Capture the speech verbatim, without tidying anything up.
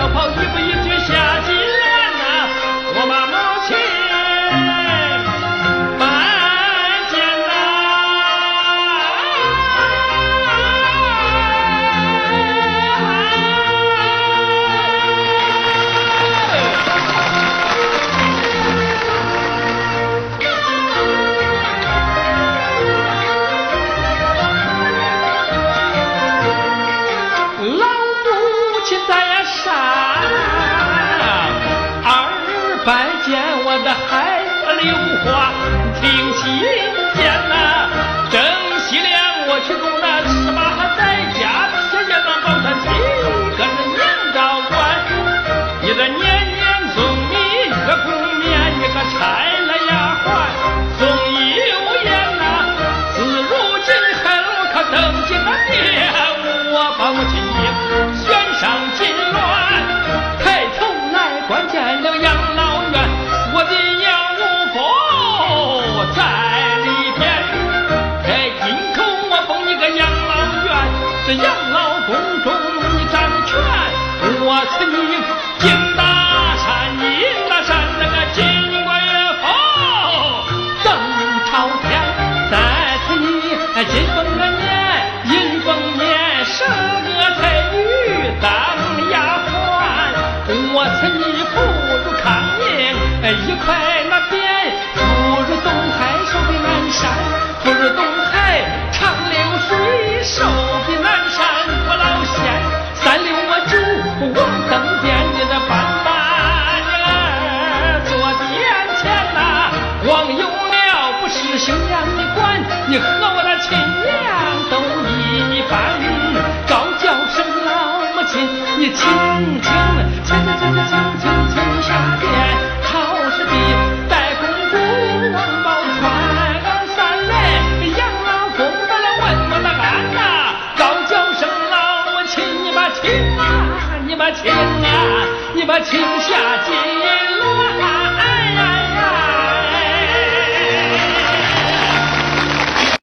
小跑一步一句下金兰呐，我把母亲拜见拜见我的孩子刘华，听信见呐，正西凉我去攻那十八号在家，谢谢咱保山七个是娘照官，一个年年送米，一个贡面，一个差了丫鬟送油盐呐，自如今还我可登记个爹，我把我亲爷选上金銮，抬头来关见了杨老院，我的杨五佛在里边，在金口我封你个杨老院，这杨老宫中你掌权，我赐你金大山银大山那个金官乐府登朝天，再赐你金凤个年银凤年十个才女当丫鬟，我赐你福如康宁一块那匾，福如东海寿比南山，福如东海长流水寿比南山不老仙，三六我主王登殿，你的斑斑儿坐殿前呐，王有了不是姓杨的官，你和我的亲娘都一般，高叫声老母亲你轻轻轻轻轻轻轻轻轻下殿，好是的带公主王宝钏俺三人杨老公的了问我的安呐，高叫声老母亲你把亲啊你把亲啊你把亲下界